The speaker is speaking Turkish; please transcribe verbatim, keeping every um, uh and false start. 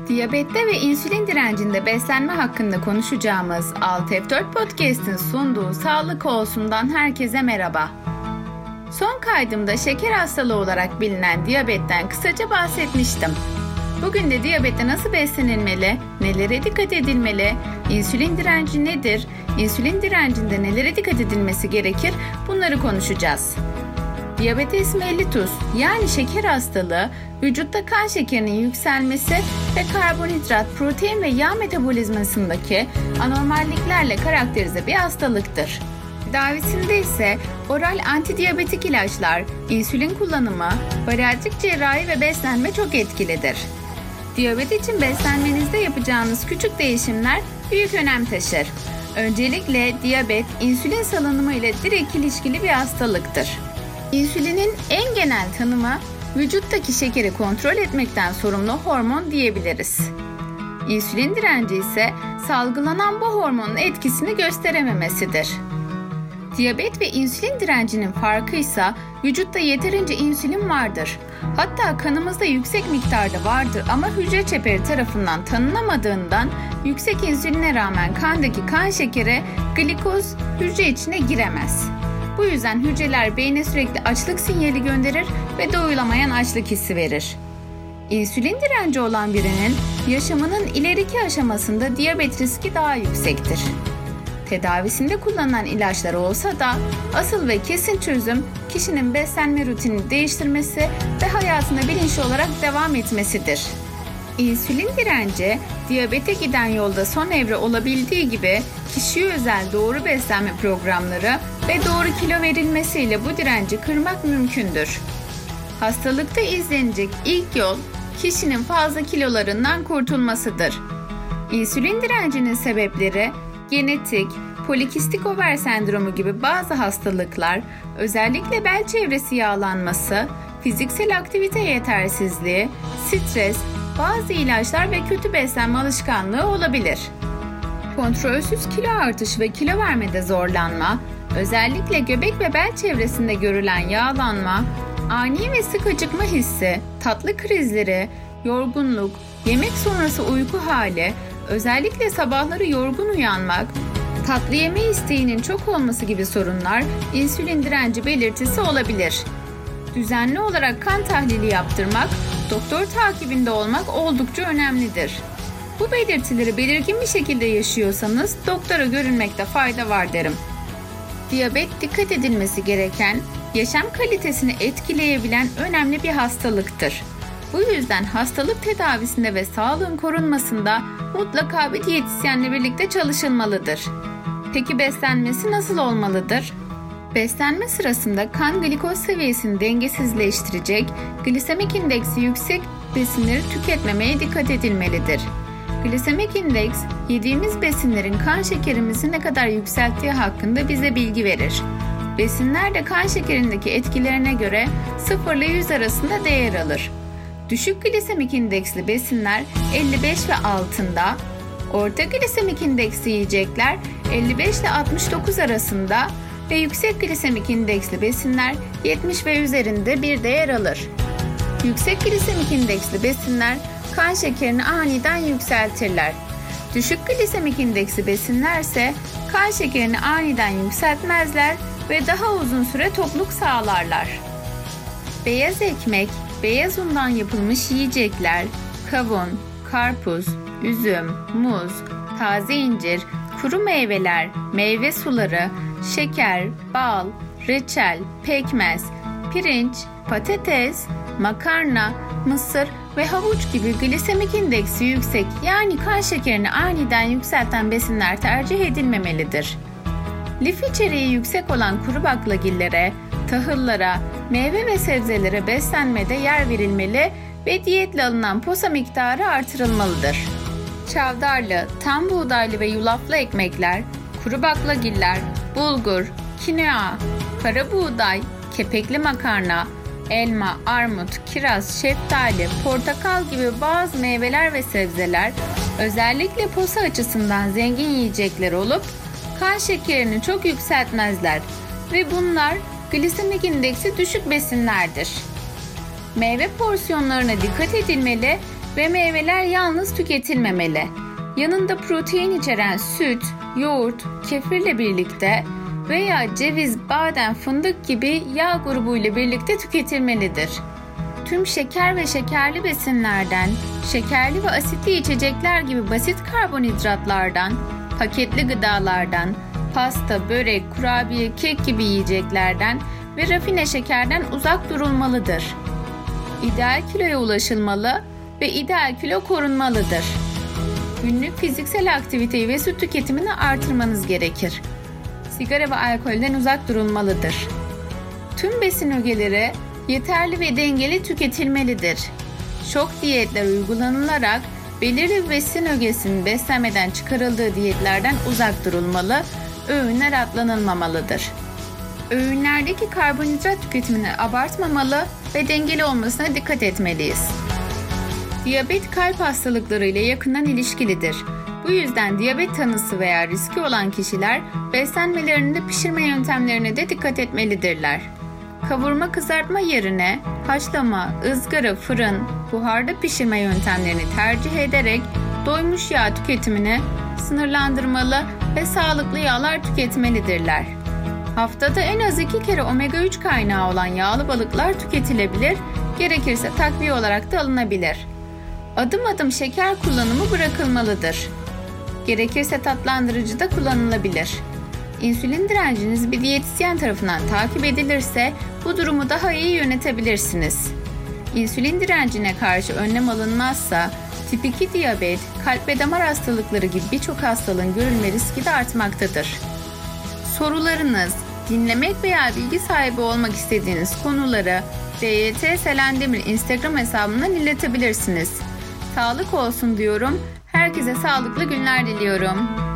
Diyabette ve insülin direncinde beslenme hakkında konuşacağımız Alt F dört Podcast'in sunduğu Sağlık Olsun'dan herkese merhaba. Son kaydımda şeker hastalığı olarak bilinen diyabetten kısaca bahsetmiştim. Bugün de diyabette nasıl beslenilmeli, nelere dikkat edilmeli, insülin direnci nedir, insülin direncinde nelere dikkat edilmesi gerekir, bunları konuşacağız. Diyabetes mellitus yani şeker hastalığı, vücutta kan şekerinin yükselmesi ve karbonhidrat, protein ve yağ metabolizmasındaki anormalliklerle karakterize bir hastalıktır. Tedavisinde ise oral antidiyabetik ilaçlar, insülin kullanımı, bariatrik cerrahi ve beslenme çok etkilidir. Diyabet için beslenmenizde yapacağınız küçük değişimler büyük önem taşır. Öncelikle diyabet, insülin salınımı ile direkt ilişkili bir hastalıktır. İnsülinin en genel tanımı, vücuttaki şekeri kontrol etmekten sorumlu hormon diyebiliriz. İnsülin direnci ise salgılanan bu hormonun etkisini gösterememesidir. Diyabet ve insülin direncinin farkı ise vücutta yeterince insülin vardır. Hatta kanımızda yüksek miktarda vardır ama hücre çeperi tarafından tanınamadığından yüksek insüline rağmen kandaki kan şekeri glikoz hücre içine giremez. Bu yüzden hücreler beyne sürekli açlık sinyali gönderir ve doyulamayan açlık hissi verir. İnsülin direnci olan birinin yaşamının ileriki aşamasında diyabet riski daha yüksektir. Tedavisinde kullanılan ilaçlar olsa da asıl ve kesin çözüm kişinin beslenme rutinini değiştirmesi ve hayatına bilinçli olarak devam etmesidir. İnsülin direnci, diyabete giden yolda son evre olabildiği gibi kişiye özel doğru beslenme programları ve doğru kilo verilmesiyle bu direnci kırmak mümkündür. Hastalıkta izlenecek ilk yol kişinin fazla kilolarından kurtulmasıdır. İnsülin direncinin sebepleri genetik, polikistik over sendromu gibi bazı hastalıklar, özellikle bel çevresi yağlanması, fiziksel aktivite yetersizliği, stres, bazı ilaçlar ve kötü beslenme alışkanlığı olabilir. Kontrolsüz kilo artışı ve kilo vermede zorlanma, özellikle göbek ve bel çevresinde görülen yağlanma, ani ve sık acıkma hissi, tatlı krizleri, yorgunluk, yemek sonrası uyku hali, özellikle sabahları yorgun uyanmak, tatlı yeme isteğinin çok olması gibi sorunlar insülin direnci belirtisi olabilir. Düzenli olarak kan tahlili yaptırmak, doktor takibinde olmak oldukça önemlidir. Bu belirtileri belirgin bir şekilde yaşıyorsanız doktora görünmekte fayda var derim. Diyabet dikkat edilmesi gereken, yaşam kalitesini etkileyebilen önemli bir hastalıktır. Bu yüzden hastalık tedavisinde ve sağlığın korunmasında mutlaka bir diyetisyenle birlikte çalışılmalıdır. Peki beslenmesi nasıl olmalıdır? Beslenme sırasında kan glikoz seviyesini dengesizleştirecek, glisemik indeksi yüksek besinleri tüketmemeye dikkat edilmelidir. Glisemik indeks, yediğimiz besinlerin kan şekerimizi ne kadar yükselttiği hakkında bize bilgi verir. Besinler de kan şekerindeki etkilerine göre sıfır ile yüz arasında değer alır. Düşük glisemik indeksli besinler elli beş ve altında, orta glisemik indeksli yiyecekler elli beş ile altmış dokuz arasında ve yüksek glisemik indeksli besinler yetmiş ve üzerinde bir değer alır. Yüksek glisemik indeksli besinler kan şekerini aniden yükseltirler. Düşük glisemik indeksli besinler ise kan şekerini aniden yükseltmezler ve daha uzun süre tokluk sağlarlar. Beyaz ekmek, beyaz undan yapılmış yiyecekler, kavun, karpuz, üzüm, muz, taze incir, kuru meyveler, meyve suları, şeker, bal, reçel, pekmez, pirinç, patates, makarna, mısır ve havuç gibi glisemik indeksi yüksek yani kan şekerini aniden yükselten besinler tercih edilmemelidir. Lif içeriği yüksek olan kuru baklagillere, tahıllara, meyve ve sebzelere beslenmede yer verilmeli ve diyetle alınan posa miktarı artırılmalıdır. Çavdarlı, tam buğdaylı ve yulaflı ekmekler, kuru baklagiller, bulgur, kinoa, kara buğday, kepekli makarna, elma, armut, kiraz, şeftali, portakal gibi bazı meyveler ve sebzeler özellikle posa açısından zengin yiyecekler olup kan şekerini çok yükseltmezler ve bunlar glisemik indeksi düşük besinlerdir. Meyve porsiyonlarına dikkat edilmeli ve meyveler yalnız tüketilmemeli. Yanında protein içeren süt, yoğurt, kefirle birlikte veya ceviz, badem, fındık gibi yağ grubu ile birlikte tüketilmelidir. Tüm şeker ve şekerli besinlerden, şekerli ve asitli içecekler gibi basit karbonhidratlardan, paketli gıdalardan, pasta, börek, kurabiye, kek gibi yiyeceklerden ve rafine şekerden uzak durulmalıdır. İdeal kiloya ulaşılmalı ve ideal kilo korunmalıdır. Günlük fiziksel aktiviteyi ve su tüketimini artırmanız gerekir. Sigara ve alkolden uzak durulmalıdır. Tüm besin ögeleri yeterli ve dengeli tüketilmelidir. Şok diyetler uygulanılarak belirli besin ögesinin beslenmeden çıkarıldığı diyetlerden uzak durulmalı, öğünler atlanılmamalıdır. Öğünlerdeki karbonhidrat tüketimini abartmamalı ve dengeli olmasına dikkat etmeliyiz. Diyabet kalp hastalıkları ile yakından ilişkilidir. Bu yüzden diyabet tanısı veya riski olan kişiler beslenmelerinde pişirme yöntemlerine de dikkat etmelidirler. Kavurma, kızartma yerine haşlama, ızgara, fırın, buharda pişirme yöntemlerini tercih ederek doymuş yağ tüketimini sınırlandırmalı ve sağlıklı yağlar tüketmelidirler. Haftada en az iki kere omega üç kaynağı olan yağlı balıklar tüketilebilir, gerekirse takviye olarak da alınabilir. Adım adım şeker kullanımı bırakılmalıdır. Gerekirse tatlandırıcı da kullanılabilir. İnsülin direnciniz bir diyetisyen tarafından takip edilirse bu durumu daha iyi yönetebilirsiniz. İnsülin direncine karşı önlem alınmazsa tip iki diyabet, kalp ve damar hastalıkları gibi birçok hastalığın görülme riski de artmaktadır. Sorularınız, dinlemek veya bilgi sahibi olmak istediğiniz konuları D Y T Selendemir Instagram hesabından iletebilirsiniz. Sağlık olsun diyorum. Herkese sağlıklı günler diliyorum.